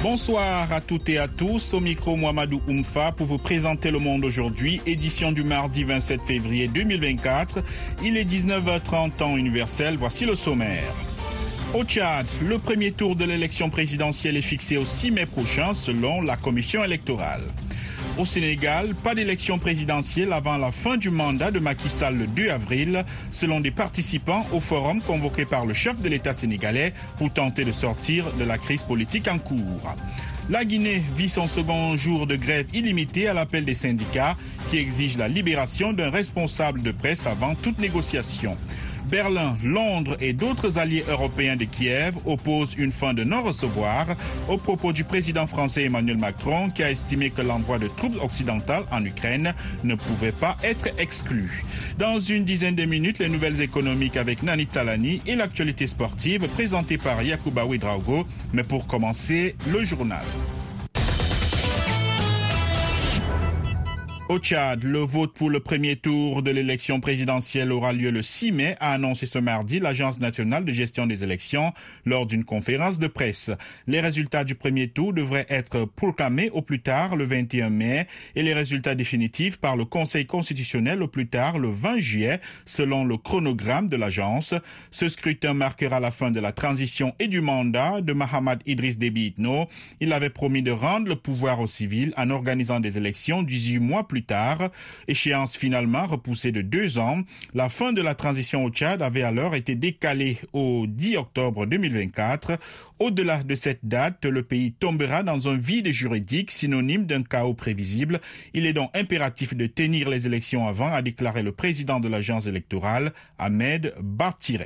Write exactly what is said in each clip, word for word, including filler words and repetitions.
Bonsoir à toutes et à tous, au micro Mohamedou Oumfa pour vous présenter Le Monde aujourd'hui, édition du mardi vingt-sept février deux mille vingt-quatre. Il est dix-neuf heures trente temps universel, voici le sommaire. Au Tchad, le premier tour de l'élection présidentielle est fixé au six mai prochain selon la commission électorale. Au Sénégal, pas d'élection présidentielle avant la fin du mandat de Macky Sall le deux avril, selon des participants au forum convoqué par le chef de l'État sénégalais pour tenter de sortir de la crise politique en cours. La Guinée vit son second jour de grève illimitée à l'appel des syndicats qui exigent la libération d'un responsable de presse avant toute négociation. Berlin, Londres et d'autres alliés européens de Kiev opposent une fin de non-recevoir au propos du président français Emmanuel Macron qui a estimé que l'envoi de troupes occidentales en Ukraine ne pouvait pas être exclu. Dans une dizaine de minutes, les nouvelles économiques avec Nani Talani et l'actualité sportive présentée par Yacouba Ouedraogo. Mais pour commencer, le journal. Au Tchad, le vote pour le premier tour de l'élection présidentielle aura lieu le six mai, a annoncé ce mardi l'Agence nationale de gestion des élections lors d'une conférence de presse. Les résultats du premier tour devraient être proclamés au plus tard le vingt et un mai et les résultats définitifs par le Conseil constitutionnel au plus tard le vingt juillet, selon le chronogramme de l'agence. Ce scrutin marquera la fin de la transition et du mandat de Mahamad Idriss Déby Itno. Il avait promis de rendre le pouvoir aux civils en organisant des élections dix-huit mois plus tard, échéance finalement repoussée de deux ans. La fin de la transition au Tchad avait alors été décalée au dix octobre deux mille vingt-quatre. Au-delà de cette date, le pays tombera dans un vide juridique synonyme d'un chaos prévisible. Il est donc impératif de tenir les élections avant, a déclaré le président de l'agence électorale, Ahmed Bartiré.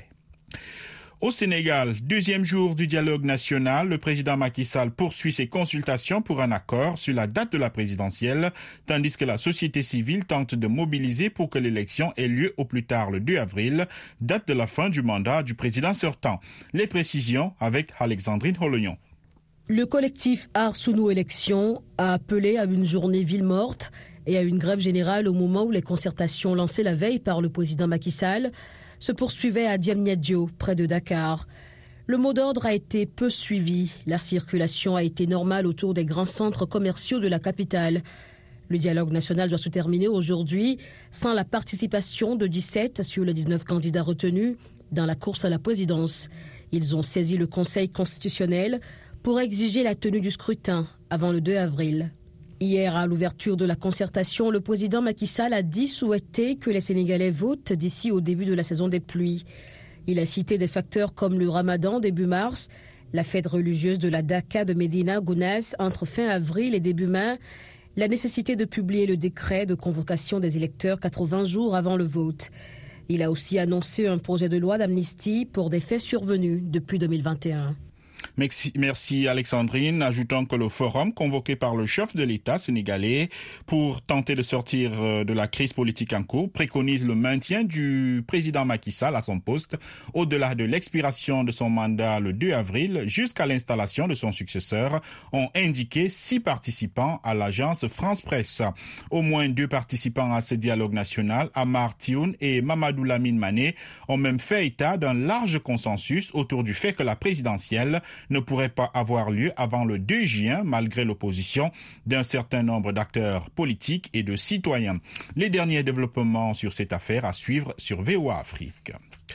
Au Sénégal, deuxième jour du dialogue national, le président Macky Sall poursuit ses consultations pour un accord sur la date de la présidentielle, tandis que la société civile tente de mobiliser pour que l'élection ait lieu au plus tard le deux avril, date de la fin du mandat du président sortant. Les précisions avec Alexandrine Holoyon. Le collectif Arsounou Élections a appelé à une journée ville morte et à une grève générale au moment où les concertations lancées la veille par le président Macky Sall se poursuivait à Diamniadio, près de Dakar. Le mot d'ordre a été peu suivi. La circulation a été normale autour des grands centres commerciaux de la capitale. Le dialogue national doit se terminer aujourd'hui sans la participation de dix-sept sur les dix-neuf candidats retenus dans la course à la présidence. Ils ont saisi le Conseil constitutionnel pour exiger la tenue du scrutin avant le deux avril. Hier, à l'ouverture de la concertation, le président Macky Sall a dit souhaiter que les Sénégalais votent d'ici au début de la saison des pluies. Il a cité des facteurs comme le ramadan début mars, la fête religieuse de la Daka de Médina Gounass entre fin avril et début mai, la nécessité de publier le décret de convocation des électeurs quatre-vingts jours avant le vote. Il a aussi annoncé un projet de loi d'amnistie pour des faits survenus depuis deux mille vingt et un. Merci, merci Alexandrine. Ajoutons que le forum convoqué par le chef de l'État sénégalais pour tenter de sortir de la crise politique en cours préconise le maintien du président Macky Sall à son poste au-delà de l'expiration de son mandat le deux avril jusqu'à l'installation de son successeur, ont indiqué six participants à l'agence France Presse. Au moins deux participants à ce dialogue national, Amar Thioun et Mamadou Lamine Mané, ont même fait état d'un large consensus autour du fait que la présidentielle ne pourrait pas avoir lieu avant le deux juin, malgré l'opposition d'un certain nombre d'acteurs politiques et de citoyens. Les derniers développements sur cette affaire à suivre sur V O A Afrique.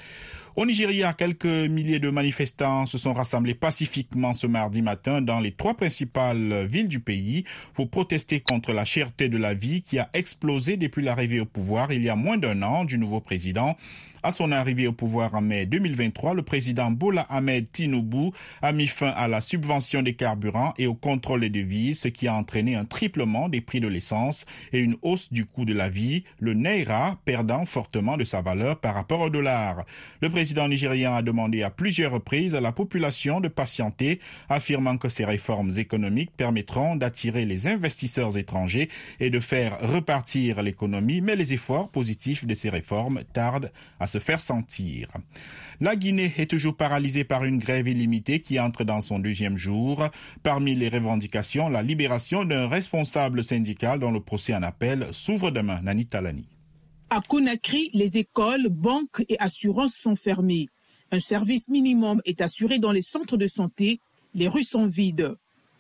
Au Nigeria, quelques milliers de manifestants se sont rassemblés pacifiquement ce mardi matin dans les trois principales villes du pays pour protester contre la cherté de la vie qui a explosé depuis l'arrivée au pouvoir il y a moins d'un an du nouveau président. À son arrivée au pouvoir en mai deux mille vingt-trois, le président Bola Ahmed Tinubu a mis fin à la subvention des carburants et au contrôle des devises, ce qui a entraîné un triplement des prix de l'essence et une hausse du coût de la vie, le naira perdant fortement de sa valeur par rapport au dollar. Le président nigérian a demandé à plusieurs reprises à la population de patienter, affirmant que ces réformes économiques permettront d'attirer les investisseurs étrangers et de faire repartir l'économie, mais les efforts positifs de ces réformes tardent à se faire sentir. La Guinée est toujours paralysée par une grève illimitée qui entre dans son deuxième jour. Parmi les revendications, la libération d'un responsable syndical dont le procès en appel s'ouvre demain. Nani Talani. À Conakry, les écoles, banques et assurances sont fermées. Un service minimum est assuré dans les centres de santé. Les rues sont vides.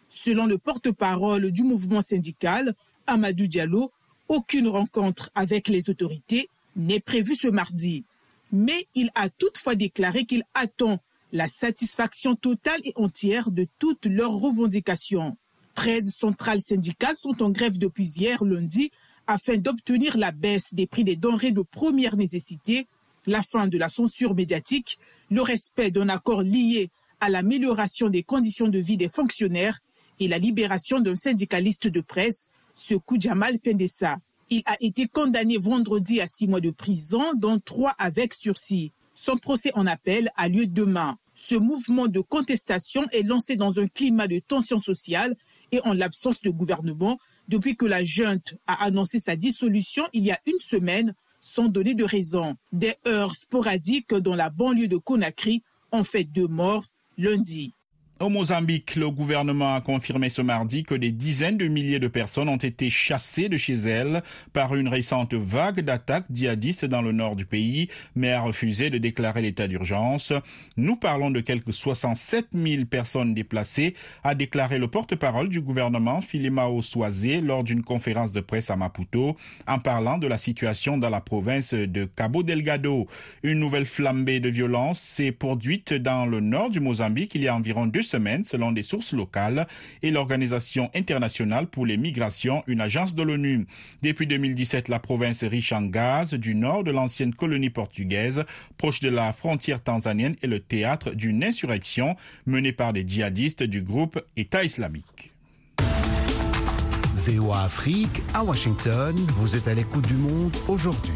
Selon le porte-parole du mouvement syndical, Amadou Diallo, aucune rencontre avec les autorités n'est prévue ce mardi. Mais il a toutefois déclaré qu'il attend la satisfaction totale et entière de toutes leurs revendications. treize centrales syndicales sont en grève depuis hier lundi afin d'obtenir la baisse des prix des denrées de première nécessité, la fin de la censure médiatique, le respect d'un accord lié à l'amélioration des conditions de vie des fonctionnaires et la libération d'un syndicaliste de presse, Sekou Jamal Pendessa. Il a été condamné vendredi à six mois de prison, dont trois avec sursis. Son procès en appel a lieu demain. Ce mouvement de contestation est lancé dans un climat de tension sociale et en l'absence de gouvernement depuis que la junte a annoncé sa dissolution il y a une semaine sans donner de raison. Des heurts sporadiques dans la banlieue de Conakry ont fait deux morts lundi. Au Mozambique, le gouvernement a confirmé ce mardi que des dizaines de milliers de personnes ont été chassées de chez elles par une récente vague d'attaques djihadistes dans le nord du pays, mais a refusé de déclarer l'état d'urgence. Nous parlons de quelques soixante-sept mille personnes déplacées, a déclaré le porte-parole du gouvernement, Filimao Soazé, lors d'une conférence de presse à Maputo, en parlant de la situation dans la province de Cabo Delgado. Une nouvelle flambée de violence s'est produite dans le nord du Mozambique il y a environ deux semaines, selon des sources locales et l'Organisation internationale pour les migrations, une agence de l'ONU. Depuis deux mille dix-sept, la province riche en gaz du nord de l'ancienne colonie portugaise, proche de la frontière tanzanienne, est le théâtre d'une insurrection menée par des djihadistes du groupe État islamique. V O A Afrique, à Washington, vous êtes à l'écoute du monde aujourd'hui.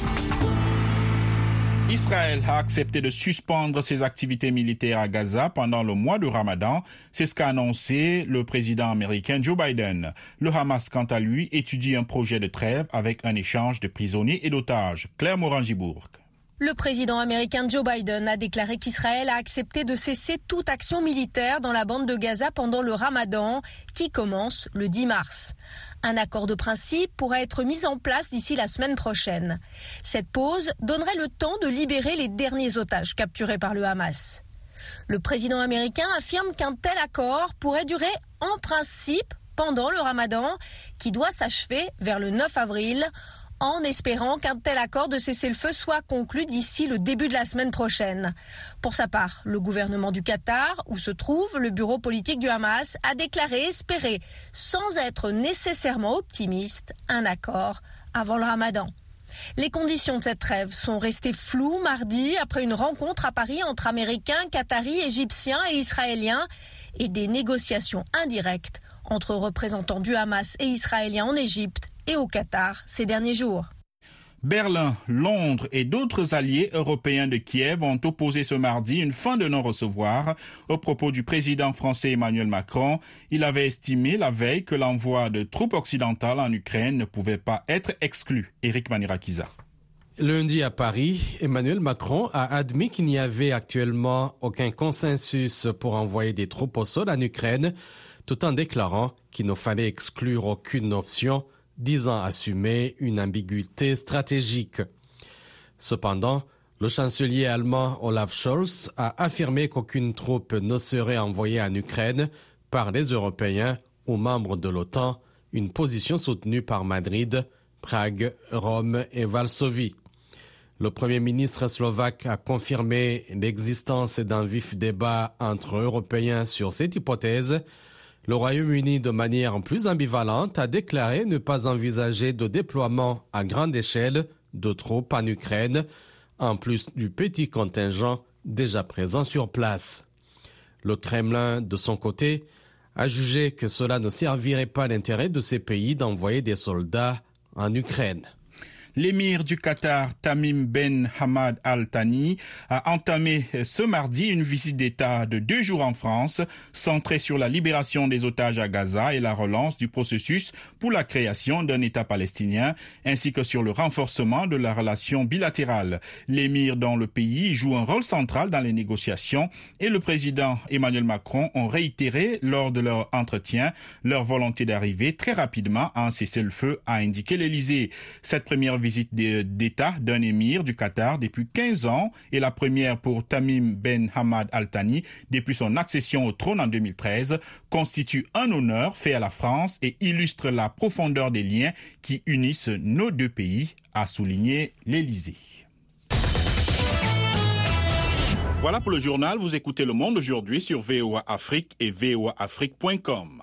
Israël a accepté de suspendre ses activités militaires à Gaza pendant le mois de Ramadan. C'est ce qu'a annoncé le président américain Joe Biden. Le Hamas, quant à lui, étudie un projet de trêve avec un échange de prisonniers et d'otages. Claire Morangibourg. Le président américain Joe Biden a déclaré qu'Israël a accepté de cesser toute action militaire dans la bande de Gaza pendant le Ramadan, qui commence le dix mars. Un accord de principe pourrait être mis en place d'ici la semaine prochaine. Cette pause donnerait le temps de libérer les derniers otages capturés par le Hamas. Le président américain affirme qu'un tel accord pourrait durer en principe pendant le Ramadan, qui doit s'achever vers le neuf avril, en espérant qu'un tel accord de cessez-le-feu soit conclu d'ici le début de la semaine prochaine. Pour sa part, le gouvernement du Qatar, où se trouve le bureau politique du Hamas, a déclaré espérer, sans être nécessairement optimiste, un accord avant le Ramadan. Les conditions de cette trêve sont restées floues mardi après une rencontre à Paris entre Américains, Qataris, Égyptiens et Israéliens et des négociations indirectes entre représentants du Hamas et Israéliens en Égypte et au Qatar ces derniers jours. Berlin, Londres et d'autres alliés européens de Kiev ont opposé ce mardi une fin de non-recevoir au propos du président français Emmanuel Macron. Il avait estimé la veille que l'envoi de troupes occidentales en Ukraine ne pouvait pas être exclu. Éric Manirakiza. Lundi à Paris, Emmanuel Macron a admis qu'il n'y avait actuellement aucun consensus pour envoyer des troupes au sol en Ukraine, tout en déclarant qu'il ne fallait exclure aucune option, disant assumer une ambiguïté stratégique. Cependant, le chancelier allemand Olaf Scholz a affirmé qu'aucune troupe ne serait envoyée en Ukraine par les Européens ou membres de l'OTAN, une position soutenue par Madrid, Prague, Rome et Varsovie. Le Premier ministre slovaque a confirmé l'existence d'un vif débat entre Européens sur cette hypothèse. Le Royaume-Uni, de manière plus ambivalente, a déclaré ne pas envisager de déploiement à grande échelle de troupes en Ukraine, en plus du petit contingent déjà présent sur place. Le Kremlin, de son côté, a jugé que cela ne servirait pas l'intérêt de ces pays d'envoyer des soldats en Ukraine. L'émir du Qatar, Tamim Ben Hamad Al Thani, a entamé ce mardi une visite d'État de deux jours en France, centrée sur la libération des otages à Gaza et la relance du processus pour la création d'un État palestinien, ainsi que sur le renforcement de la relation bilatérale. L'émir dont le pays joue un rôle central dans les négociations et le président Emmanuel Macron ont réitéré lors de leur entretien leur volonté d'arriver très rapidement à un cessez-le-feu, a indiqué l'Élysée. Cette première première visite d'État d'un émir du Qatar depuis quinze ans et la première pour Tamim Ben Hamad Al Thani depuis son accession au trône en deux mille treize, constitue un honneur fait à la France et illustre la profondeur des liens qui unissent nos deux pays, a souligné l'Élysée. Voilà pour le journal. Vous écoutez Le Monde aujourd'hui sur V O A Afrique et V O A Afrique point com.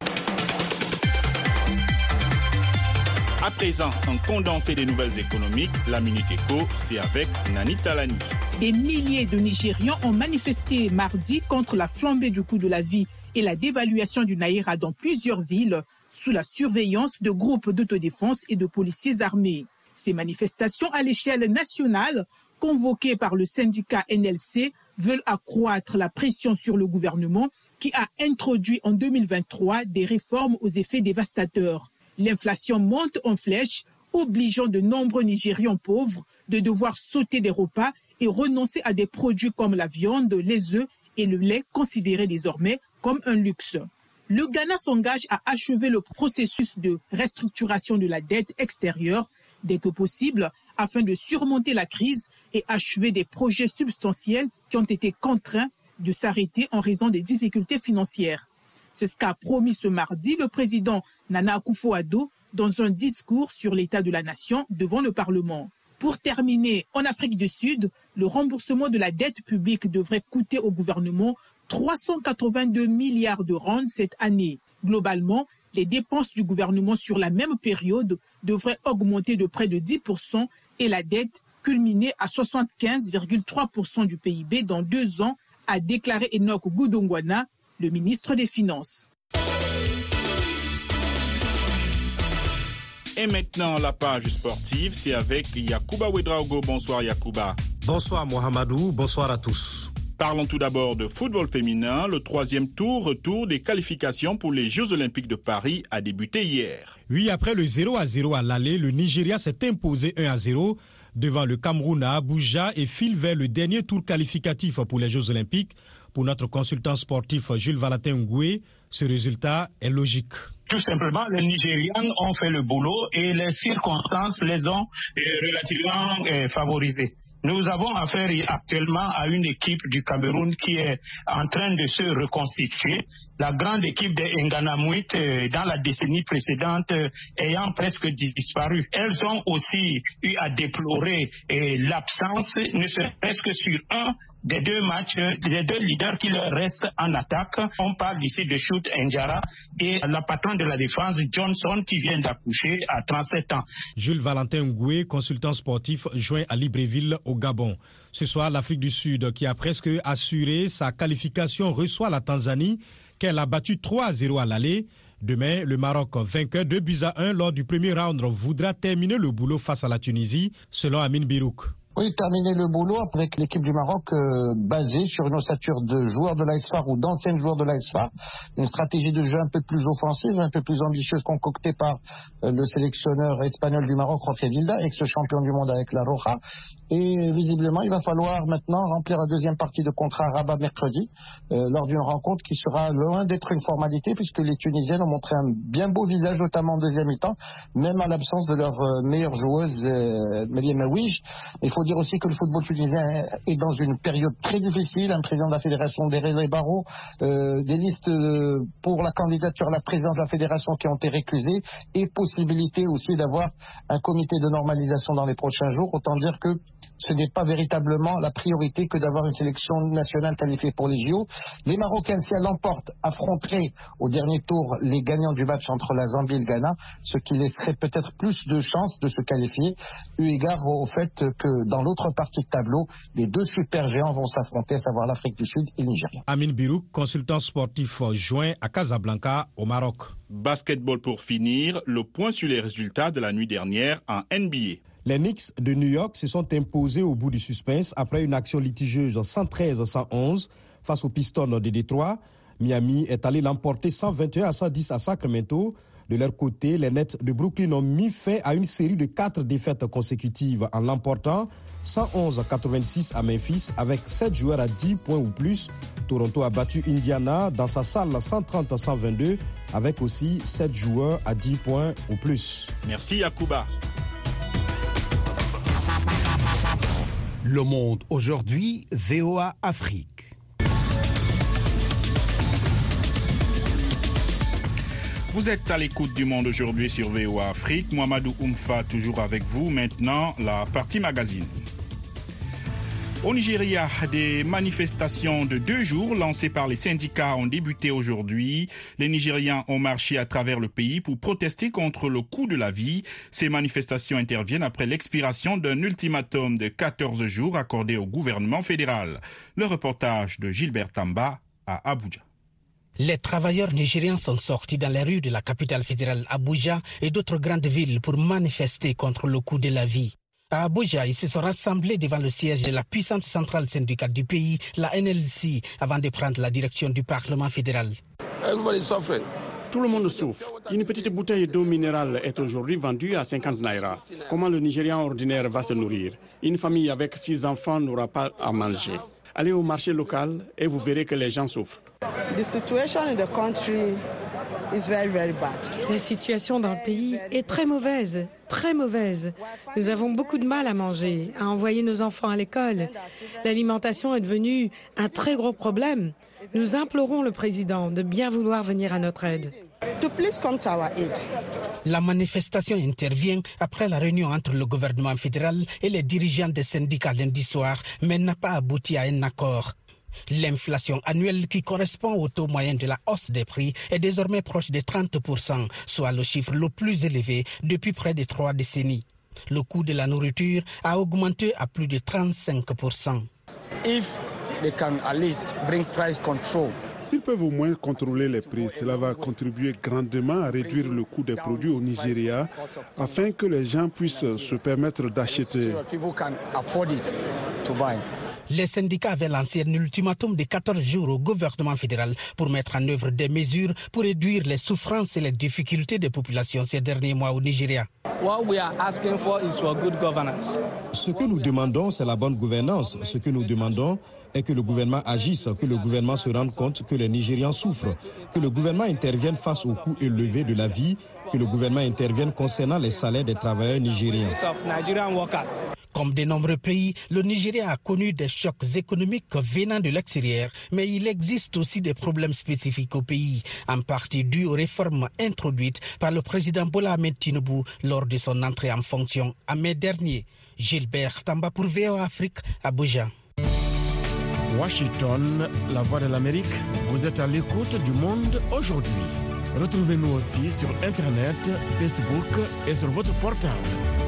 À présent, un condensé des nouvelles économiques, la Minute Éco, c'est avec Nani Talani. Des milliers de Nigérians ont manifesté mardi contre la flambée du coût de la vie et la dévaluation du naira dans plusieurs villes sous la surveillance de groupes d'autodéfense et de policiers armés. Ces manifestations à l'échelle nationale, convoquées par le syndicat N L C, veulent accroître la pression sur le gouvernement qui a introduit en deux mille vingt-trois des réformes aux effets dévastateurs. L'inflation monte en flèche, obligeant de nombreux Nigérians pauvres de devoir sauter des repas et renoncer à des produits comme la viande, les œufs et le lait considérés désormais comme un luxe. Le Ghana s'engage à achever le processus de restructuration de la dette extérieure dès que possible afin de surmonter la crise et achever des projets substantiels qui ont été contraints de s'arrêter en raison des difficultés financières. C'est ce qu'a promis ce mardi le président Nana Akufo-Addo dans un discours sur l'état de la nation devant le Parlement. Pour terminer, en Afrique du Sud, le remboursement de la dette publique devrait coûter au gouvernement trois cent quatre-vingt-deux milliards de rands cette année. Globalement, les dépenses du gouvernement sur la même période devraient augmenter de près de dix pour cent et la dette culminer à soixante-quinze virgule trois pour cent du P I B dans deux ans, a déclaré Enoch Goudongwana, le ministre des Finances. Et maintenant, la page sportive, c'est avec Yacouba Ouedraogo. Bonsoir Yacouba. Bonsoir Mohamedou, bonsoir à tous. Parlons tout d'abord de football féminin. Le troisième tour, retour des qualifications pour les Jeux Olympiques de Paris a débuté hier. Oui, après le zéro à zéro à l'aller, le Nigeria s'est imposé un à zéro devant le Cameroun à Abuja et file vers le dernier tour qualificatif pour les Jeux Olympiques. Pour notre consultant sportif Jules Valentin Ngoué, ce résultat est logique. Tout simplement, les Nigérians ont fait le boulot et les circonstances les ont relativement euh, favorisés. Nous avons affaire actuellement à une équipe du Cameroun qui est en train de se reconstituer. La grande équipe des Nganamuit, euh, dans la décennie précédente, euh, ayant presque disparu. Elles ont aussi eu à déplorer euh, l'absence, ne serait-ce que sur un des deux matchs, les deux leaders qui leur restent en attaque. On parle ici de Shoot Njara et la patronne de la défense, Johnson, qui vient d'accoucher à trente-sept ans. Jules Valentin Ngoué, consultant sportif, joint à Libreville au Gabon. Ce soir, l'Afrique du Sud, qui a presque assuré sa qualification, reçoit la Tanzanie, qu'elle a battu trois à zéro à l'aller. Demain, le Maroc, vainqueur deux buts à un lors du premier round, voudra terminer le boulot face à la Tunisie, selon Amine Birouk. Oui, terminer le boulot avec l'équipe du Maroc euh, basée sur une ossature de joueurs de l'A S F A R ou d'anciens joueurs de l'A S F A R. Une stratégie de jeu un peu plus offensive, un peu plus ambitieuse concoctée par euh, le sélectionneur espagnol du Maroc, Jorge Vilda, ex-champion du monde avec la Roja. Et visiblement, il va falloir maintenant remplir la deuxième partie de contrat à Rabat mercredi, euh, lors d'une rencontre qui sera loin d'être une formalité, puisque les Tunisiennes ont montré un bien beau visage, notamment en deuxième mi-temps, même à l'absence de leur euh, meilleure joueuse, euh, Mélie Mouij. Il faut dire aussi que le football tunisien est dans une période très difficile. Un président de la fédération, Derelé Barro, euh, des listes pour la candidature à la présidence de la fédération qui ont été récusées et possibilité aussi d'avoir un comité de normalisation dans les prochains jours. Autant dire que ce n'est pas véritablement la priorité que d'avoir une sélection nationale qualifiée pour les J O. Les Marocains, si elles l'emportent, affronteraient au dernier tour les gagnants du match entre la Zambie et le Ghana, ce qui laisserait peut-être plus de chances de se qualifier, eu égard au fait que dans l'autre partie de tableau, les deux super géants vont s'affronter, à savoir l'Afrique du Sud et le Nigeria. Amine Birouk, consultant sportif joint à Casablanca, au Maroc. Basketball pour finir, le point sur les résultats de la nuit dernière en N B A. Les Knicks de New York se sont imposés au bout du suspense après une action litigieuse cent treize à cent onze face aux Pistons de Détroit. Miami est allé l'emporter cent vingt et un à cent dix à Sacramento. De leur côté, les Nets de Brooklyn ont mis fin à une série de quatre défaites consécutives en l'emportant cent onze à quatre-vingt-six à Memphis avec sept joueurs à dix points ou plus. Toronto a battu Indiana dans sa salle cent trente à cent vingt-deux avec aussi sept joueurs à dix points ou plus. Merci Yacouba. Le Monde aujourd'hui, V O A Afrique. Vous êtes à l'écoute du Monde aujourd'hui sur V O A Afrique. Mohamedou Oumfa toujours avec vous. Maintenant, la partie magazine. Au Nigeria, des manifestations de deux jours lancées par les syndicats ont débuté aujourd'hui. Les Nigérians ont marché à travers le pays pour protester contre le coût de la vie. Ces manifestations interviennent après l'expiration d'un ultimatum de quatorze jours accordé au gouvernement fédéral. Le reportage de Gilbert Tamba à Abuja. Les travailleurs nigériens sont sortis dans les rues de la capitale fédérale Abuja et d'autres grandes villes pour manifester contre le coût de la vie. À Abuja, ils se sont rassemblés devant le siège de la puissante centrale syndicale du pays, la N L C, avant de prendre la direction du Parlement fédéral. Tout le monde souffre. Une petite bouteille d'eau minérale est aujourd'hui vendue à cinquante naira. Comment le Nigérian ordinaire va se nourrir? Une famille avec six enfants n'aura pas à manger. Allez au marché local et vous verrez que les gens souffrent. The situation in the country is very, very bad. La situation dans le pays est très mauvaise, très mauvaise. Nous avons beaucoup de mal à manger, à envoyer nos enfants à l'école. L'alimentation est devenue un très gros problème. Nous implorons le président de bien vouloir venir à notre aide. To please come to our aid. La manifestation intervient après la réunion entre le gouvernement fédéral et les dirigeants des syndicats lundi soir, mais n'a pas abouti à un accord. L'inflation annuelle qui correspond au taux moyen de la hausse des prix est désormais proche de trente pour cent, soit le chiffre le plus élevé depuis près de trois décennies. Le coût de la nourriture a augmenté à plus de trente-cinq pour cent. If they can at least bring price control. S'ils peuvent au moins contrôler les prix, cela va contribuer grandement à réduire le coût des produits au Nigeria afin que les gens puissent se permettre d'acheter. Les syndicats avaient lancé un ultimatum de quatorze jours au gouvernement fédéral pour mettre en œuvre des mesures pour réduire les souffrances et les difficultés des populations ces derniers mois au Nigeria. Ce que nous demandons, c'est la bonne gouvernance. Ce que nous demandons est que le gouvernement agisse, que le gouvernement se rende compte que les Nigérians souffrent, que le gouvernement intervienne face au coût élevé de la vie, que le gouvernement intervienne concernant les salaires des travailleurs nigériens. Comme de nombreux pays, le Nigeria a connu des chocs économiques venant de l'extérieur, mais il existe aussi des problèmes spécifiques au pays, en partie dus aux réformes introduites par le président Bola Ahmed Tinubu lors de son entrée en fonction en mai dernier. Gilbert Tamba pour V O A Afrique, Abuja. Washington, la voix de l'Amérique, vous êtes à l'écoute du Monde aujourd'hui. Retrouvez-nous aussi sur Internet, Facebook et sur votre portable.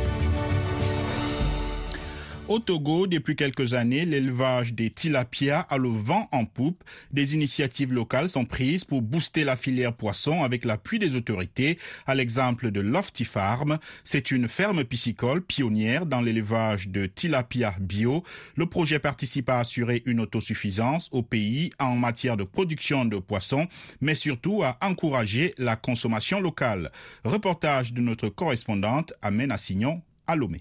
Au Togo, depuis quelques années, l'élevage des tilapias a le vent en poupe. Des initiatives locales sont prises pour booster la filière poisson avec l'appui des autorités, à l'exemple de Lofty Farm. C'est une ferme piscicole pionnière dans l'élevage de tilapia bio. Le projet participe à assurer une autosuffisance au pays en matière de production de poissons, mais surtout à encourager la consommation locale. Reportage de notre correspondante Amen Assignon à Lomé.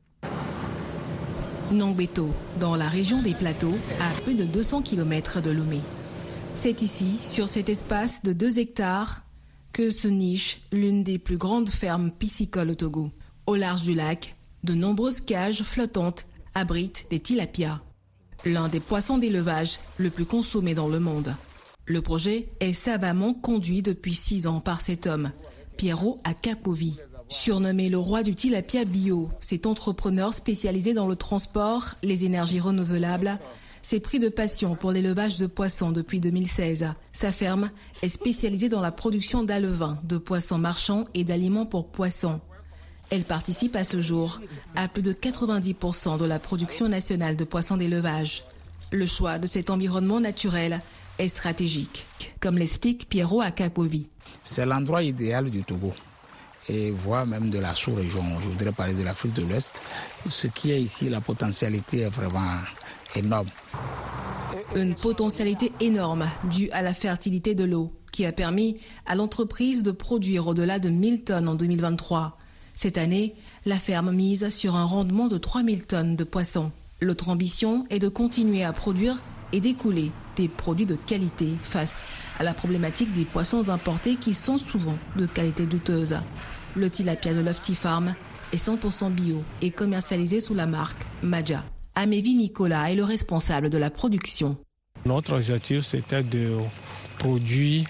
Nongbeto, dans la région des Plateaux, à peu de deux cents kilomètres de Lomé. C'est ici, sur cet espace de deux hectares, que se niche l'une des plus grandes fermes piscicoles au Togo. Au large du lac, de nombreuses cages flottantes abritent des tilapias, l'un des poissons d'élevage le plus consommé dans le monde. Le projet est savamment conduit depuis six ans par cet homme, Piero Akapovi. Surnommé le roi du tilapia bio, cet entrepreneur spécialisé dans le transport, les énergies renouvelables, s'est pris de passion pour l'élevage de poissons depuis deux mille seize. Sa ferme est spécialisée dans la production d'alevins, de poissons marchands et d'aliments pour poissons. Elle participe à ce jour à plus de quatre-vingt-dix pour cent de la production nationale de poissons d'élevage. Le choix de cet environnement naturel est stratégique, comme l'explique Piero Akapovi. C'est l'endroit idéal du Togo, et voire même de la sous-région. Je voudrais parler de l'Afrique de l'Ouest. Ce qui est ici, la potentialité est vraiment énorme. Une potentialité énorme due à la fertilité de l'eau, qui a permis à l'entreprise de produire au-delà de mille tonnes en deux mille vingt-trois. Cette année, la ferme mise sur un rendement de trois mille tonnes de poissons. L'autre ambition est de continuer à produire et d'écouler des produits de qualité face à la problématique des poissons importés qui sont souvent de qualité douteuse. Le tilapia de Lofty Farm est cent pour cent bio et commercialisé sous la marque Maja. Amévi Nicolas est le responsable de la production. Notre objectif, c'était de produire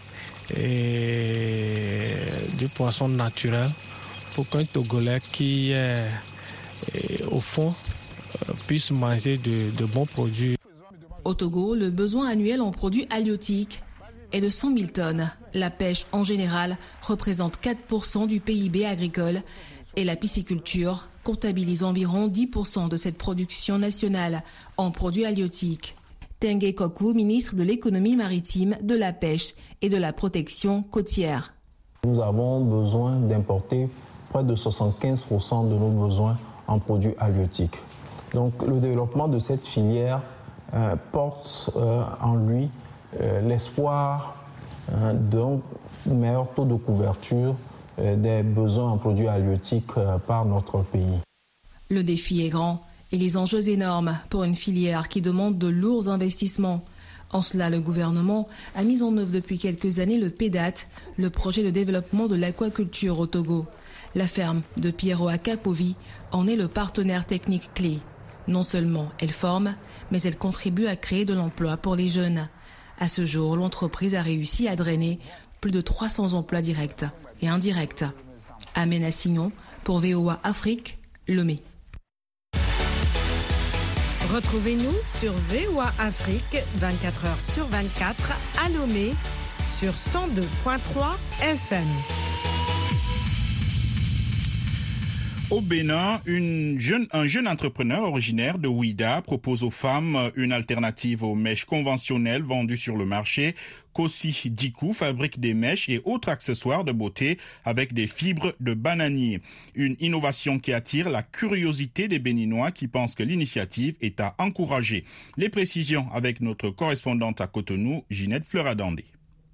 et du poisson naturel pour qu'un Togolais qui est au fond puisse manger de, de bons produits. Au Togo, le besoin annuel en produits halieutiques est de cent mille tonnes. La pêche en général représente quatre pour cent du P I B agricole et la pisciculture comptabilise environ dix pour cent de cette production nationale en produits halieutiques. Tengue Kokou, ministre de l'économie maritime, de la pêche et de la protection côtière. Nous avons besoin d'importer près de soixante-quinze pour cent de nos besoins en produits halieutiques. Donc le développement de cette filière euh, porte euh, en lui euh, l'espoir euh, d'un meilleur taux de couverture euh, des besoins en produits halieutiques euh, par notre pays. Le défi est grand et les enjeux énormes pour une filière qui demande de lourds investissements. En cela, le gouvernement a mis en œuvre depuis quelques années le P E D A T, le projet de développement de l'aquaculture au Togo. La ferme de Piero Akapovi en est le partenaire technique clé. Non seulement elle forme, mais elle contribue à créer de l'emploi pour les jeunes. À ce jour, l'entreprise a réussi à drainer plus de trois cents emplois directs et indirects. Amena Signon pour V O A Afrique, Lomé. Retrouvez-nous sur V O A Afrique vingt-quatre heures sur vingt-quatre à Lomé sur cent deux virgule trois F M. Au Bénin, une jeune, un jeune entrepreneur originaire de Ouida propose aux femmes une alternative aux mèches conventionnelles vendues sur le marché. Kossi Dikou fabrique des mèches et autres accessoires de beauté avec des fibres de bananier. Une innovation qui attire la curiosité des Béninois qui pensent que l'initiative est à encourager. Les précisions avec notre correspondante à Cotonou, Ginette Fleuradandé.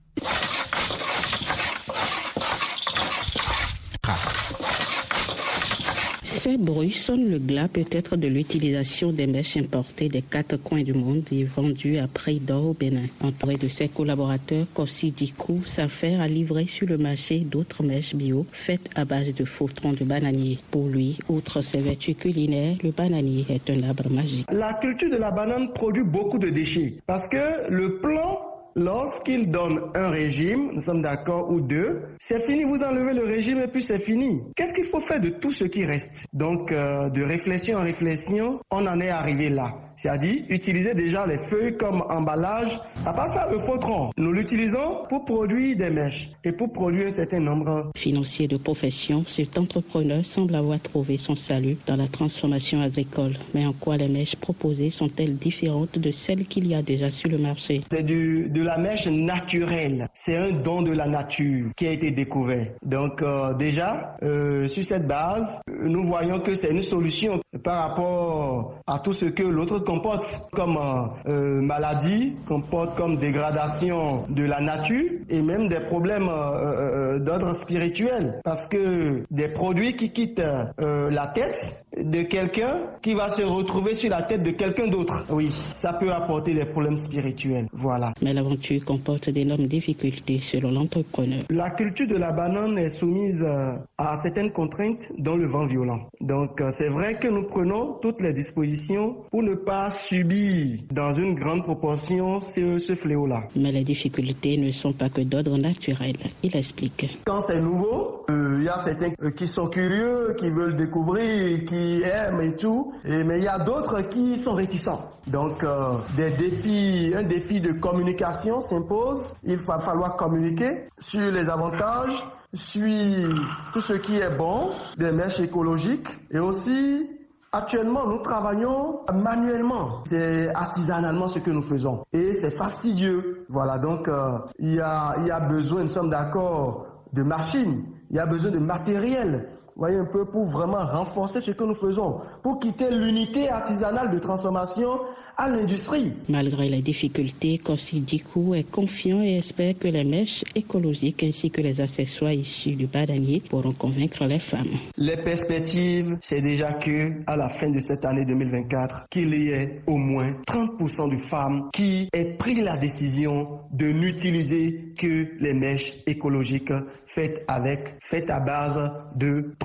Ces bruits sonnent le glas peut-être de l'utilisation des mèches importées des quatre coins du monde et vendues à prix d'or au Bénin. Entouré de ses collaborateurs, Kossi Dikou s'affaire à livrer sur le marché d'autres mèches bio faites à base de faux troncs de bananier. Pour lui, outre ses vertus culinaires, le bananier est un arbre magique. La culture de la banane produit beaucoup de déchets parce que le plant, lorsqu'il donne un régime, nous sommes d'accord, ou deux, c'est fini, vous enlevez le régime et puis c'est fini. Qu'est-ce qu'il faut faire de tout ce qui reste? Donc, euh, de réflexion en réflexion, on en est arrivé là. C'est-à-dire, utiliser déjà les feuilles comme emballage. À part ça, le faux tronc, nous l'utilisons pour produire des mèches et pour produire un certain nombre. Financier de profession, cet entrepreneur semble avoir trouvé son salut dans la transformation agricole. Mais en quoi les mèches proposées sont-elles différentes de celles qu'il y a déjà sur le marché? C'est du, de la mèche naturelle. C'est un don de la nature qui a été découvert. Donc euh, déjà, euh, sur cette base, nous voyons que c'est une solution par rapport à tout ce que l'autre comporte comme euh, maladie, comporte comme dégradation de la nature et même des problèmes euh, euh, d'ordre spirituel. Parce que des produits qui quittent euh, la tête de quelqu'un qui va se retrouver sur la tête de quelqu'un d'autre. Oui, ça peut apporter des problèmes spirituels. Voilà. Mais l'aventure comporte d'énormes difficultés selon l'entrepreneur. La culture de la banane est soumise à certaines contraintes dont le vent violent. Donc c'est vrai que nous prenons toutes les dispositions pour ne pas subir dans une grande proportion ce, ce fléau-là. Mais les difficultés ne sont pas que d'ordre naturel. Il explique. Quand c'est nouveau, il euh, y a certains qui sont curieux, qui veulent découvrir, qui aiment et tout, et, mais il y a d'autres qui sont réticents. Donc euh, des défis, un défi de communication s'impose. Il va falloir communiquer sur les avantages, sur tout ce qui est bon des mèches écologiques et aussi actuellement, nous travaillons manuellement. C'est artisanalement ce que nous faisons. Et c'est fastidieux. Voilà, donc euh, il y a, il y a besoin, nous sommes d'accord, de machines. Il y a besoin de matériel. Vous voyez un peu, pour vraiment renforcer ce que nous faisons, pour quitter l'unité artisanale de transformation à l'industrie. Malgré les difficultés, Kossi Dikou est confiant et espère que les mèches écologiques ainsi que les accessoires issus du bananier pourront convaincre les femmes. Les perspectives, c'est déjà que à la fin de cette année deux mille vingt-quatre, qu'il y ait au moins trente pour cent de femmes qui aient pris la décision de n'utiliser que les mèches écologiques faites avec, faites à base de troncs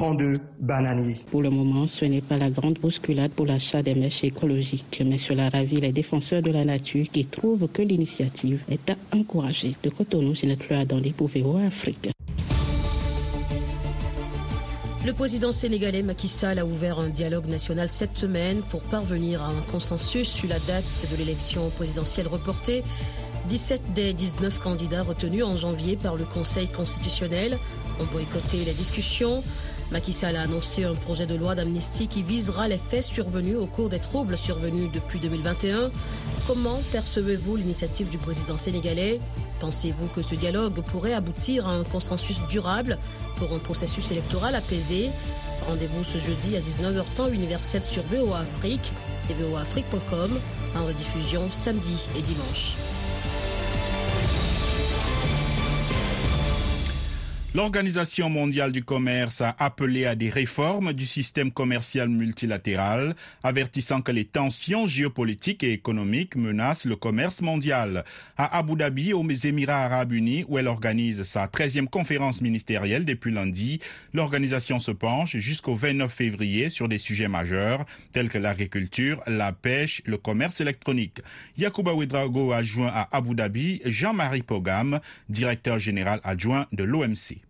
troncs de bananiers. Pour le moment, ce n'est pas la grande bousculade pour l'achat des mèches écologiques, mais cela ravit les défenseurs de la nature qui trouvent que l'initiative est à encourager. De Cotonou, Ginette Loadandé pour V O A Afrique. Le président sénégalais Macky Sall a ouvert un dialogue national cette semaine pour parvenir à un consensus sur la date de l'élection présidentielle reportée. dix-sept des dix-neuf candidats retenus en janvier par le Conseil constitutionnel ont boycotté les discussions. Macky Sall a annoncé un projet de loi d'amnistie qui visera les faits survenus au cours des troubles survenus depuis deux mille vingt et un. Comment percevez-vous l'initiative du président sénégalais ? Pensez-vous que ce dialogue pourrait aboutir à un consensus durable pour un processus électoral apaisé ? Rendez-vous ce jeudi à dix-neuf heures temps universel sur V O A Afrique et V O A Afrique point com en rediffusion samedi et dimanche. L'Organisation mondiale du commerce a appelé à des réformes du système commercial multilatéral, avertissant que les tensions géopolitiques et économiques menacent le commerce mondial. À Abu Dhabi, aux Émirats arabes unis, où elle organise sa treizième conférence ministérielle depuis lundi, l'organisation se penche jusqu'au vingt-neuf février sur des sujets majeurs tels que l'agriculture, la pêche, le commerce électronique. Yacouba Ouedraogo a joint à Abu Dhabi Jean-Marie Pogam, directeur général adjoint de l'O M C.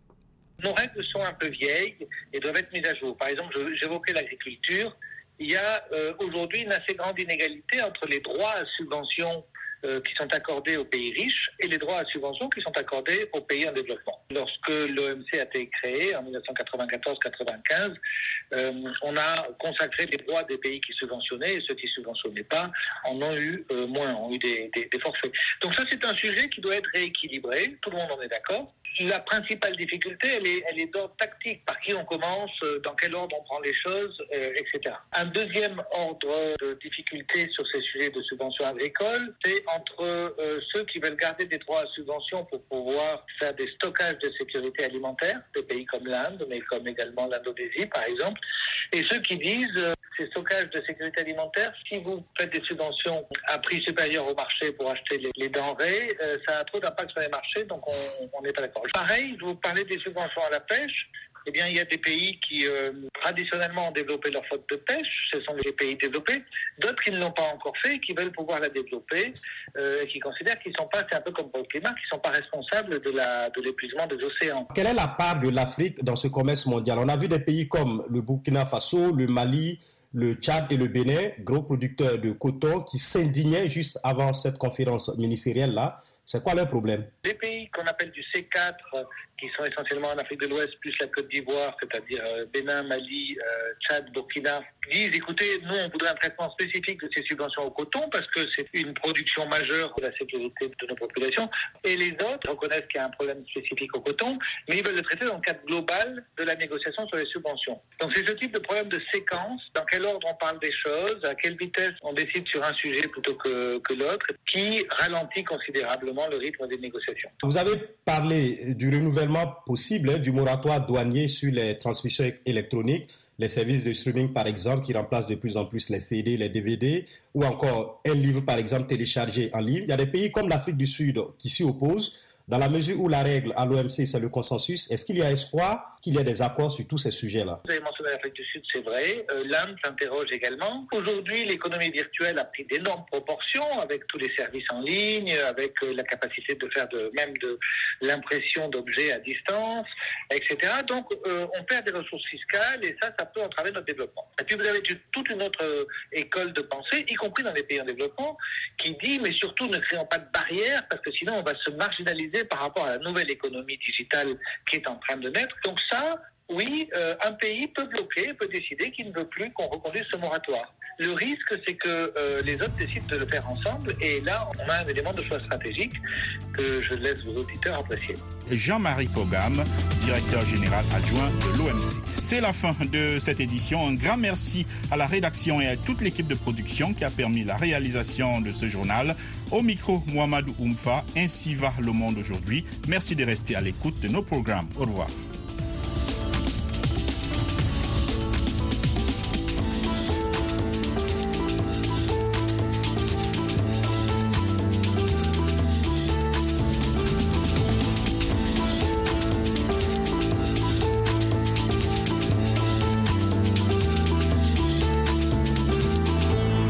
Nos règles sont un peu vieilles et doivent être mises à jour. Par exemple, j'évoquais l'agriculture. Il y a euh, aujourd'hui une assez grande inégalité entre les droits à subvention euh, qui sont accordés aux pays riches et les droits à subvention qui sont accordés aux pays en développement. Lorsque l'O M C a été créé en dix-neuf cent quatre-vingt-quatorze quatre-vingt-quinze, euh, on a consacré les droits des pays qui subventionnaient et ceux qui ne subventionnaient pas en ont eu euh, moins, ont eu des, des, des forfaits. Donc ça, c'est un sujet qui doit être rééquilibré. Tout le monde en est d'accord. La principale difficulté, elle est, elle est d'ordre tactique. Par qui on commence, dans quel ordre on prend les choses, euh, et cetera. Un deuxième ordre de difficulté sur ces sujets de subvention agricole, c'est entre euh, ceux qui veulent garder des droits à subvention pour pouvoir faire des stockages de sécurité alimentaire, des pays comme l'Inde, mais comme également l'Indonésie, par exemple, et ceux qui disent euh, ces stockages de sécurité alimentaire, si vous faites des subventions à prix supérieur au marché pour acheter les, les denrées, euh, ça a trop d'impact sur les marchés, donc on n'est pas d'accord. Pareil, je vous parlais des subventions à la pêche. Eh bien, il y a des pays qui, euh, traditionnellement, ont développé leur flotte de pêche. Ce sont les pays développés. D'autres qui ne l'ont pas encore fait et qui veulent pouvoir la développer euh, et qui considèrent qu'ils ne sont pas, c'est un peu comme pour le climat, qu'ils ne sont pas responsables de, la, de l'épuisement des océans. Quelle est la part de l'Afrique dans ce commerce mondial ? On a vu des pays comme le Burkina Faso, le Mali, le Tchad et le Bénin, gros producteurs de coton, qui s'indignaient juste avant cette conférence ministérielle-là. C'est quoi leur problème ? Les pays qu'on appelle du C quatre, qui sont essentiellement en Afrique de l'Ouest, plus la Côte d'Ivoire, c'est-à-dire Bénin, Mali, euh, Tchad, Burkina, disent, écoutez, nous, on voudrait un traitement spécifique de ces subventions au coton parce que c'est une production majeure pour la sécurité de nos populations. Et les autres reconnaissent qu'il y a un problème spécifique au coton, mais ils veulent le traiter dans le cadre global de la négociation sur les subventions. Donc c'est ce type de problème de séquence, dans quel ordre on parle des choses, à quelle vitesse on décide sur un sujet plutôt que, que l'autre, qui ralentit considérablement le rythme des négociations. Vous avez parlé du renouvellement possible hein, du moratoire douanier sur les transmissions électroniques, les services de streaming par exemple qui remplacent de plus en plus les C D, les D V D ou encore un livre par exemple téléchargé en ligne. Il y a des pays comme l'Afrique du Sud qui s'y opposent. Dans la mesure où la règle à l'O M C, c'est le consensus, est-ce qu'il y a espoir qu'il y ait des accords sur tous ces sujets-là ? Vous avez mentionné l'Afrique du Sud, c'est vrai. Euh, L'Inde s'interroge également. Aujourd'hui, l'économie virtuelle a pris d'énormes proportions avec tous les services en ligne, avec euh, la capacité de faire de, même de l'impression d'objets à distance, et cetera. Donc, euh, on perd des ressources fiscales et ça, ça peut entraver notre développement. Et puis, vous avez toute une autre euh, école de pensée, y compris dans les pays en développement, qui dit, mais surtout, ne créons pas de barrières parce que sinon, on va se marginaliser par rapport à la nouvelle économie digitale qui est en train de naître. Donc ça, oui, euh, un pays peut bloquer, peut décider qu'il ne veut plus qu'on reconduise ce moratoire. Le risque, c'est que euh, les autres décident de le faire ensemble et là, on a un élément de choix stratégique que je laisse vos auditeurs apprécier. Jean-Marie Pogam, directeur général adjoint de l'O M C. C'est la fin de cette édition. Un grand merci à la rédaction et à toute l'équipe de production qui a permis la réalisation de ce journal. Au micro, Mohamedou Oumfa, ainsi va le monde aujourd'hui. Merci de rester à l'écoute de nos programmes. Au revoir.